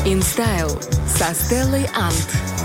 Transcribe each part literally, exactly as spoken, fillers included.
InStyle со Стеллой Ант.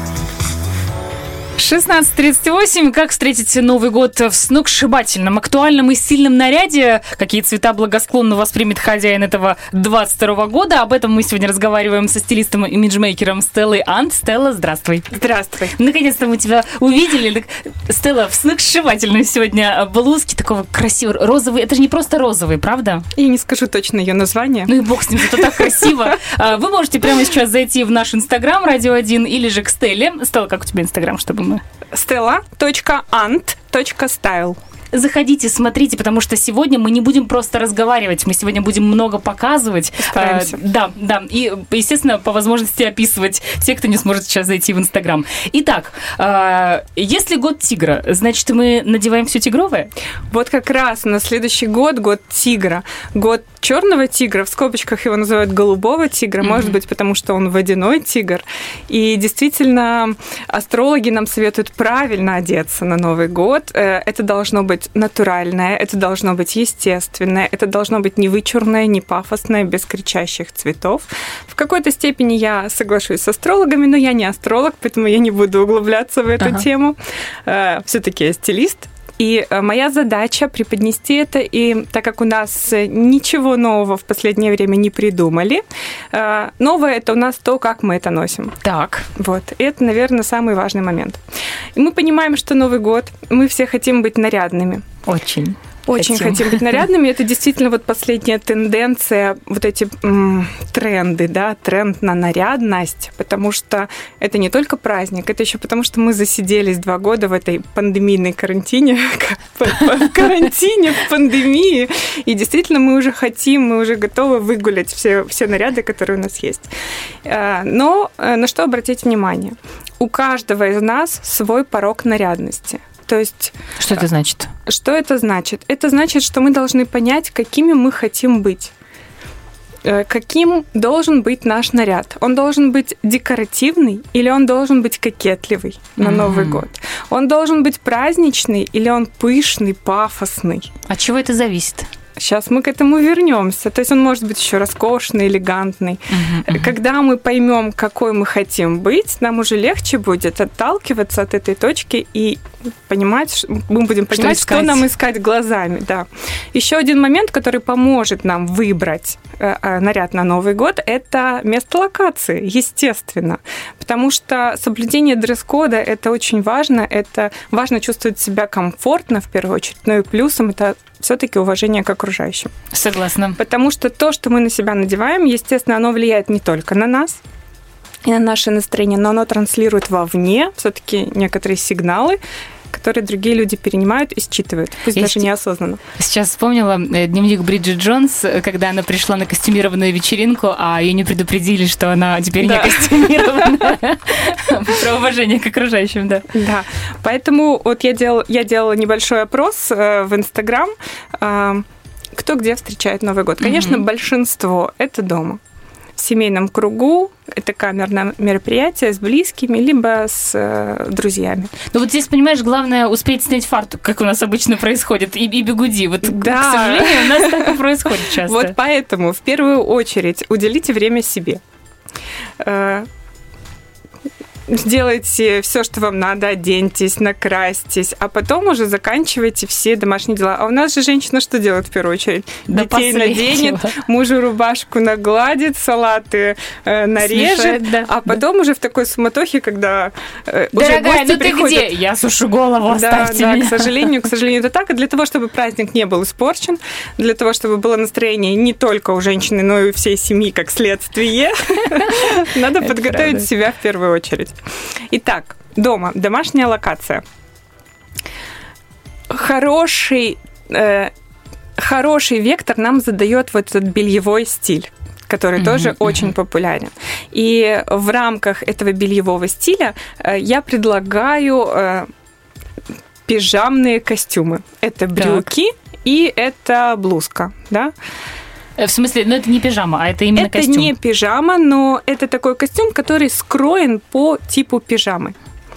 шестнадцать тридцать восемь. Как встретить Новый год в сногсшибательном, актуальном и сильном наряде? Какие цвета благосклонно воспримет хозяин этого двадцать второго года? Об этом мы сегодня разговариваем со стилистом и имиджмейкером Стеллой Ант. Стелла, здравствуй. Здравствуй. Наконец-то мы тебя увидели. Стелла, в сногсшибательной сегодня блузке, такого красивого, розовый. Это же не просто розовый, правда? Я не скажу точно ее название. Ну и бог с ним, это так красиво. Вы можете прямо сейчас зайти в наш инстаграм Радио один или же к Стелле. Стелла, как у тебя инстаграм, чтобы мы... стелла точка ант точка стайл. Заходите, смотрите, потому что сегодня мы не будем просто разговаривать, мы сегодня будем много показывать. Постараемся. А, да, да. И, естественно, по возможности описывать те, кто не сможет сейчас зайти в Инстаграм. Итак, а, если год тигра, значит, мы надеваем все тигровое? Вот как раз на следующий год, год тигра, год черного тигра, в скобочках его называют голубого тигра, mm-hmm. может быть, потому что он водяной тигр. И действительно, астрологи нам советуют правильно одеться на Новый год. Это должно быть натуральное, это должно быть естественное, это должно быть не вычурное, не пафосное, без кричащих цветов. В какой-то степени я соглашусь с астрологами, но я не астролог, поэтому я не буду углубляться в эту ага. тему. Все-таки я стилист. И моя задача преподнести это, и так как у нас ничего нового в последнее время не придумали, новое это у нас то, как мы это носим. Так. Вот. И это, наверное, самый важный момент. И мы понимаем, что Новый год, мы все хотим быть нарядными. Очень. Очень хотим. хотим быть нарядными. Это действительно вот последняя тенденция, вот эти м, тренды, да, тренд на нарядность, потому что это не только праздник, это еще потому, что мы засиделись два года в этой пандемийной карантине, в карантине, в пандемии, и действительно мы уже хотим, мы уже готовы выгулять все, все наряды, которые у нас есть. Но на что обратить внимание? У каждого из нас свой порог нарядности. То есть... Что это значит? Что это значит? Это значит, что мы должны понять, какими мы хотим быть. Каким должен быть наш наряд? Он должен быть декоративный или он должен быть кокетливый на mm-hmm. Новый год? Он должен быть праздничный или он пышный, пафосный? От чего это зависит? Сейчас мы к этому вернемся. То есть он может быть еще роскошный, элегантный. Uh-huh, uh-huh. Когда мы поймем, какой мы хотим быть, нам уже легче будет отталкиваться от этой точки и понимать, мы будем понимать, что, что нам искать глазами. Да. Еще один момент, который поможет нам выбрать наряд на Новый год, это место локации, естественно. Потому что соблюдение дресс-кода – это очень важно. Это важно чувствовать себя комфортно, в первую очередь. Но и плюсом это все-таки уважение к окружающим. Согласна. Потому что то, что мы на себя надеваем, естественно, оно влияет не только на нас и на наше настроение, но оно транслирует вовне все-таки некоторые сигналы, которые другие люди перенимают и считывают, пусть Есть. даже неосознанно. Сейчас вспомнила дневник Бриджит Джонс, когда она пришла на костюмированную вечеринку, а ее не предупредили, что она теперь да. не костюмированная. Про уважение к окружающим, да. Да, поэтому вот я делала, я делала небольшой опрос в Инстаграм, кто где встречает Новый год. Конечно, большинство – это дома. В семейном кругу, это камерное мероприятие с близкими, либо с э, друзьями. Ну вот здесь, понимаешь, главное успеть снять фартук, как у нас обычно происходит, и, и бигуди. Вот, да. К сожалению, у нас так и происходит часто. Вот поэтому в первую очередь уделите время себе. Сделайте все, что вам надо, оденьтесь, накрасьтесь, а потом уже заканчивайте все домашние дела. А у нас же женщина что делает в первую очередь? До Детей последнего. наденет, мужу рубашку нагладит, салаты э, нарежет, Смешает, да. а потом да. уже в такой суматохе, когда э, Дорогая, уже гости ну приходят. Ты где? Я сушу голову, оставьте да, меня. Да, к сожалению, к сожалению, это так. И для того, чтобы праздник не был испорчен, для того, чтобы было настроение не только у женщины, но и у всей семьи, как следствие, надо подготовить себя в первую очередь. Итак, дома, домашняя локация. Хороший, э, хороший вектор нам задает вот этот бельевой стиль, который mm-hmm, тоже mm-hmm. очень популярен. И в рамках этого бельевого стиля э, я предлагаю э, пижамные костюмы. Это брюки так. и это блузка, да? В смысле, ну это не пижама, а это именно это костюм? Это не пижама, но это такой костюм, который скроен по типу пижамы.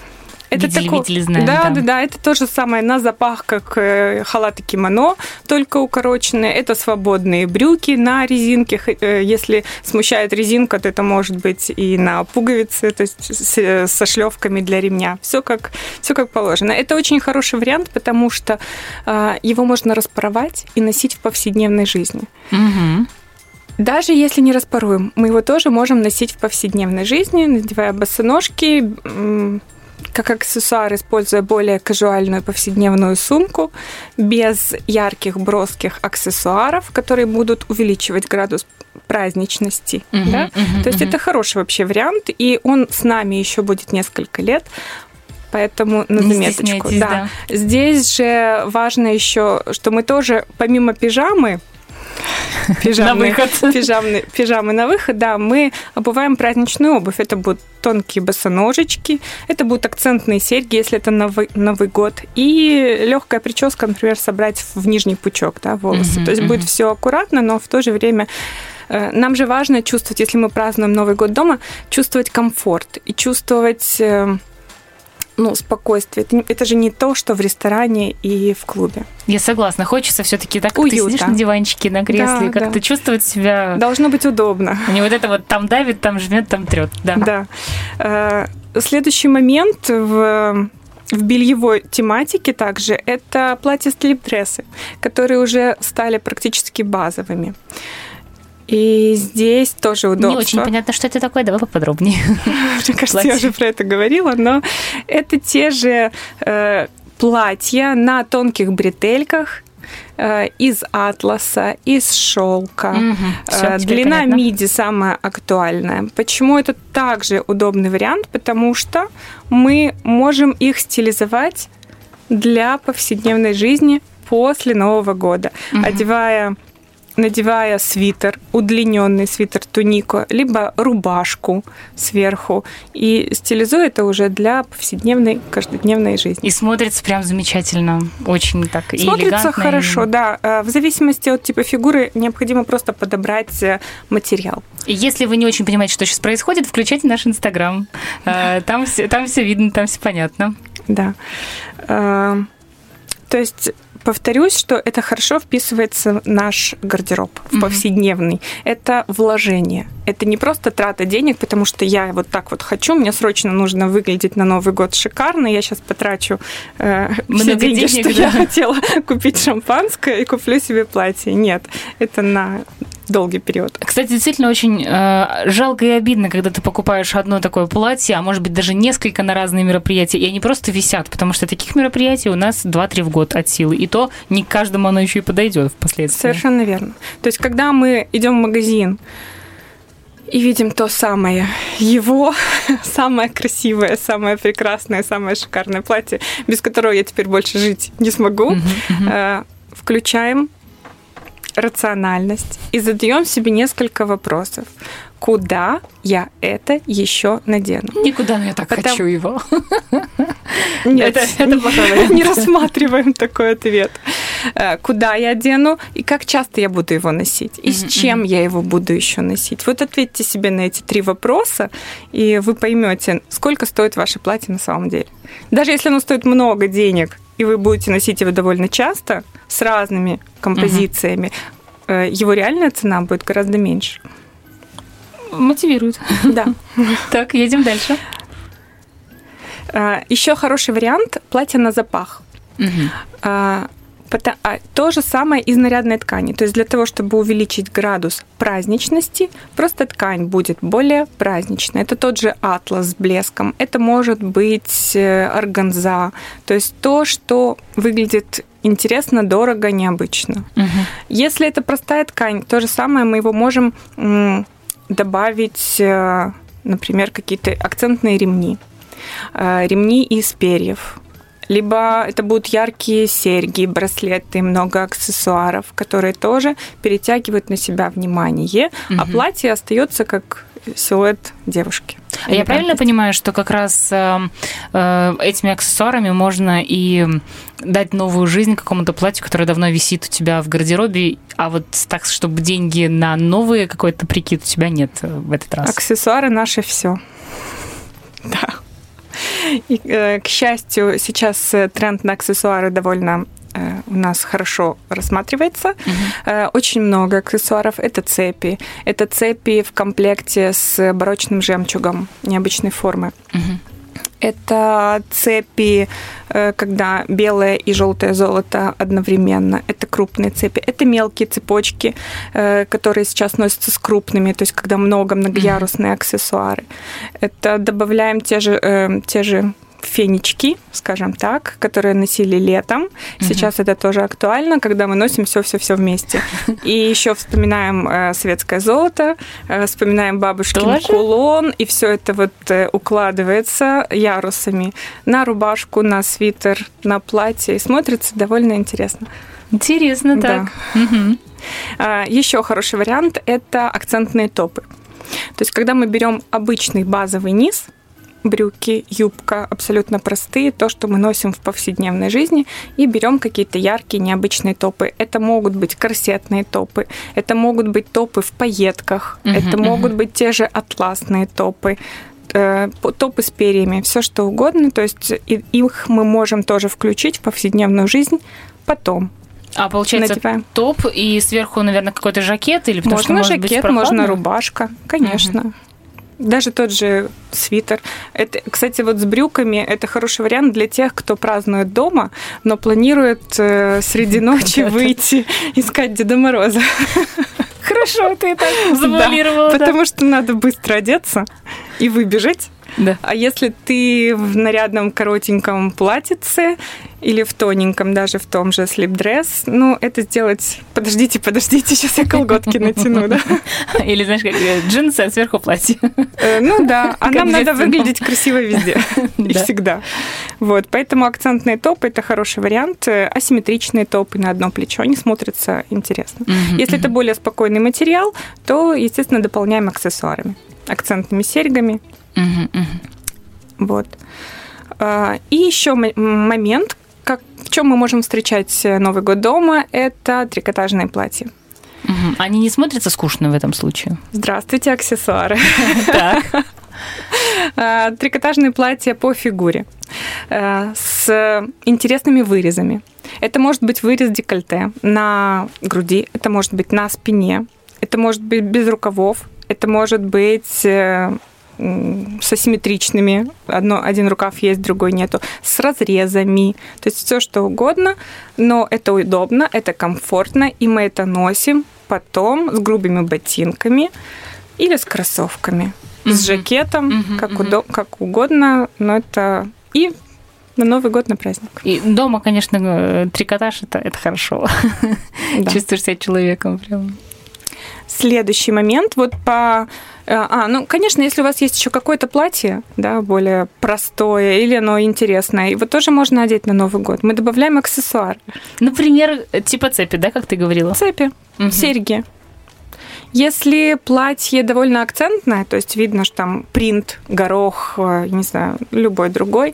Это видели-видели, знаем. Да, да, да, да, это то же самое на запах, как халаты кимоно, только укороченные. Это свободные брюки на резинке. Если смущает резинка, то это может быть и на пуговицы, то есть со шлевками для ремня. Все как, все как положено. Это очень хороший вариант, потому что его можно распаровать и носить в повседневной жизни. Угу. Даже если не распаруем, мы его тоже можем носить в повседневной жизни, надевая босоножки, как аксессуар, используя более казуальную повседневную сумку, без ярких броских аксессуаров, которые будут увеличивать градус праздничности. Uh-huh, да? uh-huh, То есть uh-huh. это хороший вообще вариант, и он с нами еще будет несколько лет. Поэтому на не заметочку. Да. Да. Здесь же важно еще, что мы тоже, помимо пижамы, Пижамные, на выход. Пижамные, пижамы на выход, да, мы обуваем праздничную обувь. Это будут тонкие босоножечки, это будут акцентные серьги, если это Новый, Новый год, и легкая прическа, например, собрать в нижний пучок, да, волосы. Uh-huh, То есть uh-huh. будет все аккуратно, но в то же время э, нам же важно чувствовать, если мы празднуем Новый год дома, чувствовать комфорт и чувствовать... Э, ну, спокойствие. Это, это же не то, что в ресторане и в клубе. Я согласна. Хочется все-таки так, как Уюта. ты сидишь на диванчике, на кресле, да, как-то да. чувствовать себя... Должно быть удобно. Не вот это вот там давит, там жмет, там трет. Да. Да. Следующий момент в... В бельевой тематике также это платья-слип-дрессы, которые уже стали практически базовыми. И здесь тоже удобство. Не очень понятно, что это такое. Давай поподробнее. Мне кажется, платье. Я уже про это говорила, но это те же э, платья на тонких бретельках э, из атласа, из шелка. Угу, э, длина понятно. Миди самая актуальная. Почему это также удобный вариант? Потому что мы можем их стилизовать для повседневной жизни после Нового года, угу. одевая... надевая свитер, удлиненный свитер, тунику, либо рубашку сверху, и стилизуя это уже для повседневной, каждодневной жизни. И смотрится прям замечательно, очень так смотрится элегантно. Смотрится хорошо, и... да. В зависимости от типа фигуры необходимо просто подобрать материал. И если вы не очень понимаете, что сейчас происходит, включайте наш Инстаграм. Там все, там все видно, там все понятно. Да. То есть... Повторюсь, что это хорошо вписывается в наш гардероб, в mm-hmm. повседневный. Это вложение. Это не просто трата денег, потому что я вот так вот хочу, мне срочно нужно выглядеть на Новый год шикарно, я сейчас потрачу э, все деньги, денег, что да. я хотела купить шампанское и куплю себе платье. Нет, это на... долгий период. Кстати, действительно очень э, жалко и обидно, когда ты покупаешь одно такое платье, а может быть даже несколько на разные мероприятия, и они просто висят, потому что таких мероприятий у нас два-три в год от силы, и то не каждому оно еще и подойдет впоследствии. Совершенно верно. То есть, когда мы идем в магазин и видим то самое его, самое красивое, самое прекрасное, самое шикарное платье, без которого я теперь больше жить не смогу, uh-huh, uh-huh. Э, включаем рациональность и задаем себе несколько вопросов. Куда я это еще надену? Никуда, но я так Потому... хочу его. Нет, это, это не рассматриваем такой ответ. Куда я одену и как часто я буду его носить? И с чем я его буду еще носить? Вот ответьте себе на эти три вопроса, и вы поймете, сколько стоит ваше платье на самом деле. Даже если оно стоит много денег, и вы будете носить его довольно часто, с разными композициями, угу. его реальная цена будет гораздо меньше. Мотивирует. Да. Так, едем дальше. Еще хороший вариант – платье на запах. Угу. То же самое из нарядной ткани. То есть для того, чтобы увеличить градус праздничности, просто ткань будет более праздничная. Это тот же атлас с блеском. Это может быть органза. То есть то, что выглядит интересно, дорого, необычно. Угу. Если это простая ткань, то же самое мы его можем добавить, например, какие-то акцентные ремни. Ремни из перьев. Либо это будут яркие серьги, браслеты, много аксессуаров, которые тоже перетягивают на себя внимание, угу. а платье остается как силуэт девушки. А я правильно понимаю, что как раз э, э, этими аксессуарами можно и дать новую жизнь какому-то платью, которое давно висит у тебя в гардеробе, а вот так, чтобы деньги на новые какой-то прикид у тебя нет в этот раз? Аксессуары наши все. Да. И, к счастью, сейчас тренд на аксессуары довольно у нас хорошо рассматривается. Uh-huh. Очень много аксессуаров. Это цепи. Это цепи в комплекте с барочным жемчугом необычной формы. Uh-huh. Это цепи, когда белое и желтое золото одновременно. Это крупные цепи. Это мелкие цепочки, которые сейчас носятся с крупными, то есть когда много многоярусные uh-huh. аксессуары. Это добавляем те же, те же фенечки, скажем так, которые носили летом. Uh-huh. Сейчас это тоже актуально, когда мы носим все-все-все вместе. И еще вспоминаем э, светское золото, э, вспоминаем бабушкин тоже? Кулон, и все это вот э, укладывается ярусами на рубашку, на свитер, на платье, и смотрится довольно интересно. Интересно, так. Да. Uh-huh. А, еще хороший вариант – это акцентные топы. То есть, когда мы берем обычный базовый низ, брюки, юбка, абсолютно простые, то, что мы носим в повседневной жизни, и берем какие-то яркие, необычные топы. Это могут быть корсетные топы, это могут быть топы в пайетках, uh-huh, это uh-huh. могут быть те же атласные топы, э, топы с перьями, все что угодно. То есть их мы можем тоже включить в повседневную жизнь потом. А получается надеваем. Топ и сверху, наверное, какой-то жакет? Или потому можно что, может жакет, быть, можно рубашка, конечно. Uh-huh. Даже тот же свитер. Это, кстати, вот с брюками это хороший вариант для тех, кто празднует дома, но планирует э, среди ночи выйти искать Деда Мороза. Хорошо, ты так завуалировала. Да, потому что надо быстро одеться и выбежать. Да. А если ты в нарядном коротеньком платьице или в тоненьком, даже в том же слип-дресс, ну, это сделать... Подождите, подождите, сейчас я колготки натяну, да? Или, знаешь, как джинсы, а сверху платье. Ну да, а нам надо выглядеть красиво везде и всегда. Вот, поэтому акцентные топы – это хороший вариант. Асимметричные топы на одно плечо, они смотрятся интересно. Если это более спокойный материал, то, естественно, дополняем аксессуарами, акцентными серьгами. Uh-huh, uh-huh. Вот. И еще момент, как, в чем мы можем встречать Новый год дома, это трикотажные платья. Uh-huh. Они не смотрятся скучно в этом случае? Здравствуйте, аксессуары. Так. Трикотажные платья по фигуре с интересными вырезами. Это может быть вырез декольте на груди, это может быть на спине, это может быть без рукавов, это может быть с асимметричными, одно, один рукав есть, другой нету, с разрезами, то есть все что угодно, но это удобно, это комфортно, и мы это носим потом с грубыми ботинками или с кроссовками, mm-hmm. с жакетом, mm-hmm. как, mm-hmm. Удо- как угодно, но это и на Новый год, на праздник. И дома, конечно, трикотаж это, это хорошо. Да. Чувствуешь себя человеком прям. Следующий момент, вот по... А, ну, конечно, если у вас есть еще какое-то платье, да, более простое, или оно интересное, его тоже можно одеть на Новый год. Мы добавляем аксессуар. Например, типа цепи, да, как ты говорила? Цепи, угу. серьги. Если платье довольно акцентное, то есть видно, что там принт, горох, не знаю, любой другой,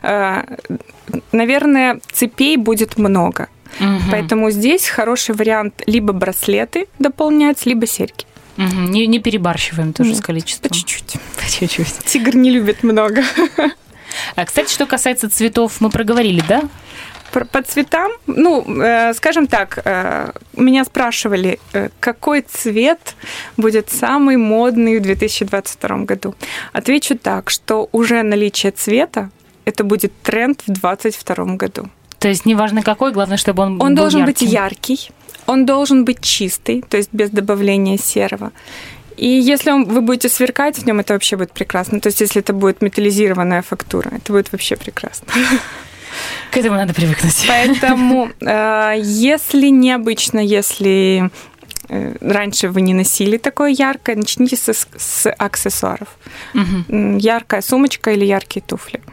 наверное, цепей будет много. Угу. Поэтому здесь хороший вариант либо браслеты дополнять, либо серьги. Угу. Не, не перебарщиваем тоже. Нет, с количеством. По чуть-чуть. По чуть-чуть. Тигр не любит много. А, кстати, что касается цветов, мы проговорили, да? По цветам, ну, э, скажем так, э, меня спрашивали, э, какой цвет будет самый модный в две тысячи двадцать втором году. Отвечу так, что уже наличие цвета – это будет тренд в двадцать втором году. То есть неважно какой, главное, чтобы он, он был был яркий. Он должен ярким. быть яркий, он должен быть чистый, то есть без добавления серого. И если он, вы будете сверкать в нем, это вообще будет прекрасно. То есть если это будет металлизированная фактура, это будет вообще прекрасно. К этому надо привыкнуть. Поэтому, э, если необычно, если э, раньше вы не носили такое яркое, начните с, с аксессуаров. Угу. Яркая сумочка или яркие туфли.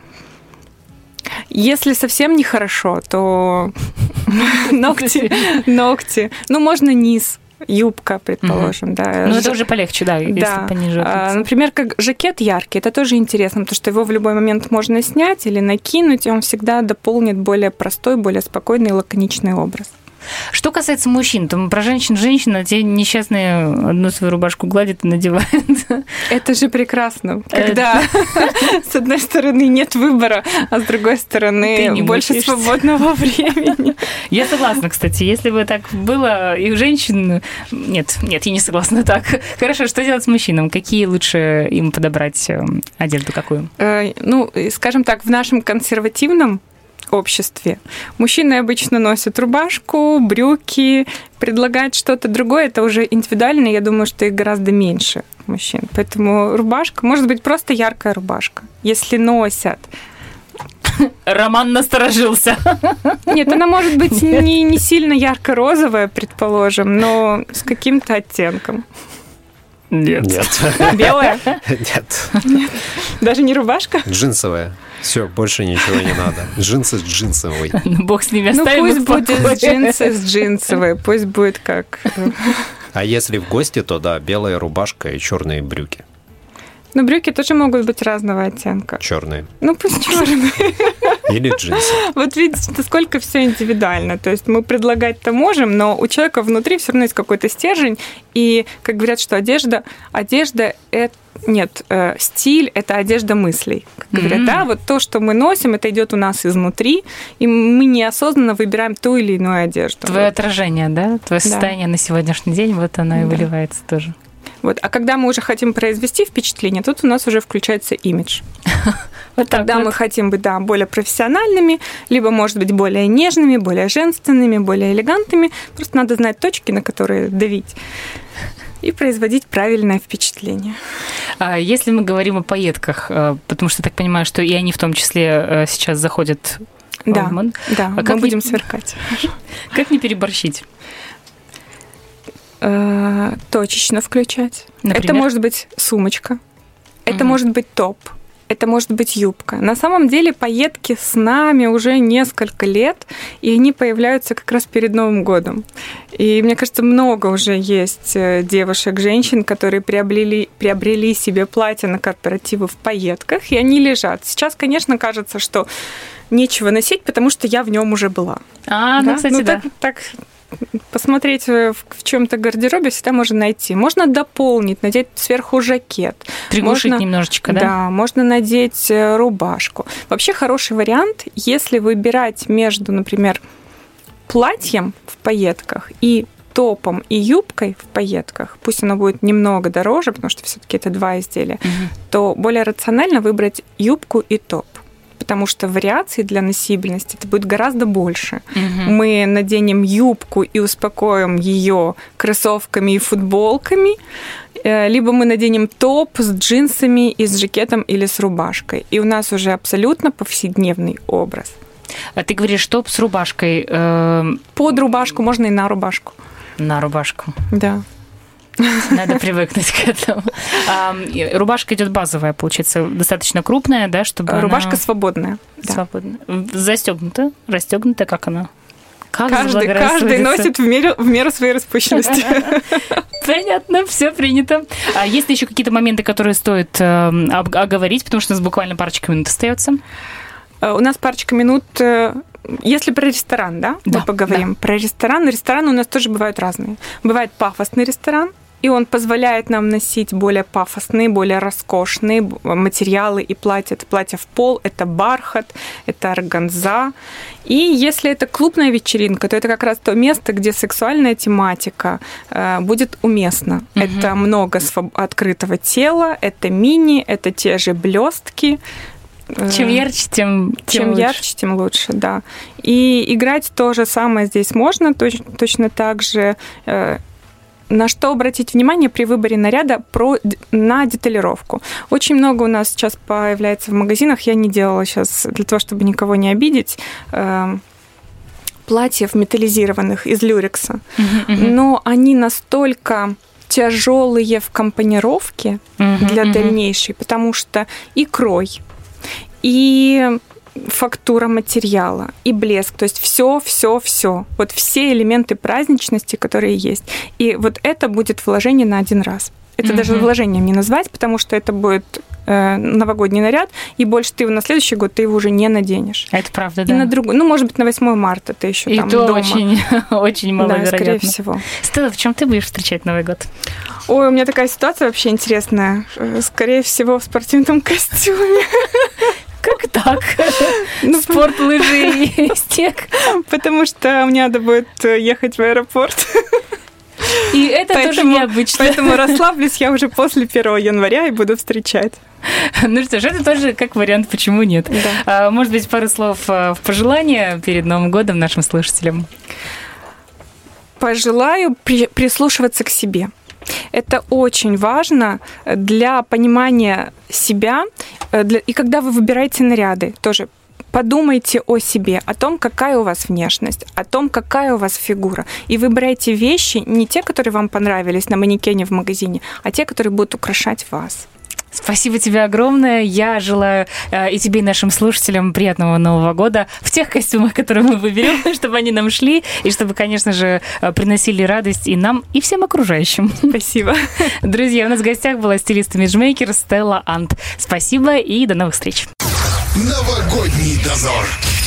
Если совсем нехорошо, то ногти, ногти. Ну, можно низ. Юбка, предположим, угу. да. Ну, это уже полегче, да, если да. пониже. А, например, как жакет яркий, это тоже интересно, потому что его в любой момент можно снять или накинуть, и он всегда дополнит более простой, более спокойный и лаконичный образ. Что касается мужчин, то про женщин женщина, те несчастные одну свою рубашку гладят и надевают. Это же прекрасно, когда с одной стороны нет выбора, а с другой стороны больше мучаешься. Свободного времени. Я согласна, кстати. Если бы так было и у женщин... Нет, нет, я не согласна так. Хорошо, что делать с мужчинам? Какие лучше им подобрать одежду какую? Ну, скажем так, в нашем консервативном обществе мужчины обычно носят рубашку, брюки, предлагать что-то другое, это уже индивидуально, я думаю, что их гораздо меньше мужчин. Поэтому рубашка, может быть, просто яркая рубашка, если носят. Роман насторожился. Нет, она может быть не, не сильно ярко-розовая, предположим, но с каким-то оттенком. Нет. Нет. Белая? Нет. Нет. Даже не рубашка? Джинсовая. Все, больше ничего не надо. Джинсы с джинсовой. Ну, бог с ними, ну, оставим. Ну, пусть будет джинсы с джинсовой, пусть будет как... А если в гости, то да, белая рубашка и черные брюки. Ну, брюки тоже могут быть разного оттенка. Черные. Ну, пусть черные. Или джинсы. Вот видите, насколько все индивидуально. То есть мы предлагать-то можем, но у человека внутри все равно есть какой-то стержень. И, как говорят, что одежда, одежда это нет, э, стиль – это одежда мыслей. Как говорят, mm-hmm. да, вот то, что мы носим, это идет у нас изнутри, и мы неосознанно выбираем ту или иную одежду. Твое вот. Отражение, да? Твое да. состояние на сегодняшний день, вот оно и да. выливается тоже. Вот. А когда мы уже хотим произвести впечатление, тут у нас уже включается имидж. Вот тогда вот. мы хотим быть да, более профессиональными, либо, может быть, более нежными, более женственными, более элегантными. Просто надо знать точки, на которые давить. И производить правильное впечатление. Если мы говорим о пайетках, потому что я так понимаю, что и они в том числе сейчас заходят да, в мод. Да, а мы как будем не... сверкать. Как не переборщить? Точечно включать. Например? Это может быть сумочка, это угу. может быть топ, это может быть юбка. На самом деле пайетки с нами уже несколько лет, и они появляются как раз перед Новым годом. И мне кажется, много уже есть девушек, женщин, которые приобрели, приобрели себе платья на корпоративы в пайетках, и они лежат. Сейчас, конечно, кажется, что нечего носить, потому что я в нем уже была. А, да? ну, кстати, ну, да. Так, так посмотреть в, в чем-то гардеробе всегда можно найти. Можно дополнить, надеть сверху жакет. Приглушить можно, немножечко, да? Да, можно надеть рубашку. Вообще хороший вариант, если выбирать между, например, платьем в пайетках и топом и юбкой в пайетках, пусть оно будет немного дороже, потому что все-таки это два изделия, угу. то более рационально выбрать юбку и топ. Потому что вариаций для носибельности это будет гораздо больше. Угу. Мы наденем юбку и успокоим ее кроссовками и футболками, либо мы наденем топ с джинсами и с жакетом или с рубашкой. И у нас уже абсолютно повседневный образ. А ты говоришь топ с рубашкой? Под рубашку, можно и на рубашку. На рубашку. Да. Надо привыкнуть к этому. А, рубашка идет базовая, получается, достаточно крупная, да, чтобы рубашка она... свободная. Свободная. Да. Застегнута, расстегнута, как она? Как каждый, каждый носит в меру, в меру своей распущенности. Понятно, все принято. А есть ли еще какие-то моменты, которые стоит оговорить, потому что у нас буквально парочка минут остается? У нас парочка минут. Если про ресторан, да, да мы поговорим. Да. Про ресторан. Рестораны у нас тоже бывают разные. Бывает пафосный ресторан, и он позволяет нам носить более пафосные, более роскошные материалы и платья. Это платье в пол, это бархат, это органза. И если это клубная вечеринка, то это как раз то место, где сексуальная тематика э, будет уместна. Угу. Это много своб- открытого тела, это мини, это те же блестки. Чем ярче, тем, тем, Чем лучше. ярче, тем лучше, да. И играть то же самое здесь можно, точ- точно так же. Э, на что обратить внимание при выборе наряда про, на деталировку. Очень много у нас сейчас появляется в магазинах, я не делала сейчас для того, чтобы никого не обидеть, э, платьев металлизированных из люрекса, uh-huh, uh-huh. но они настолько тяжелые в компонировке uh-huh, для uh-huh. дальнейшей, потому что и крой, и фактура материала, и блеск, то есть все, все, все, вот все элементы праздничности, которые есть. И вот это будет вложение на один раз. Это mm-hmm. даже вложением не назвать, потому что это будет э, новогодний наряд, и больше ты его на следующий год ты его уже не наденешь. Это правда, И да. на другой, ну, может быть, на восьмое марта ты еще И там то дома. очень, очень маловероятно. Да, скорее всего. Стелла, в чем ты будешь встречать Новый год? Ой, у меня такая ситуация вообще интересная. Э, Скорее всего, в спортивном костюме. Как так? Ну, Спорт, лыжи и снег. Потому что мне надо будет ехать в аэропорт. И это тоже Поэтому- необычно. Поэтому расслаблюсь я уже после первого января и буду встречать. Ну что ж, это тоже как вариант, почему нет. Да. А, Может быть, пару слов а, в пожелания перед Новым годом нашим слушателям? Пожелаю при- прислушиваться к себе. Это очень важно для понимания себя. э, для- И когда вы выбираете наряды, тоже подумайте о себе, о том, какая у вас внешность, о том, какая у вас фигура. И выбирайте вещи не те, которые вам понравились на манекене в магазине, а те, которые будут украшать вас. Спасибо тебе огромное. Я желаю э, и тебе, и нашим слушателям приятного Нового года в тех костюмах, которые мы выберем, чтобы они нам шли, и чтобы, конечно же, э, приносили радость и нам, и всем окружающим. Спасибо. Друзья, у нас в гостях была стилист-имиджмейкер Стелла Ант. Спасибо и до новых встреч. Новогодний дозор.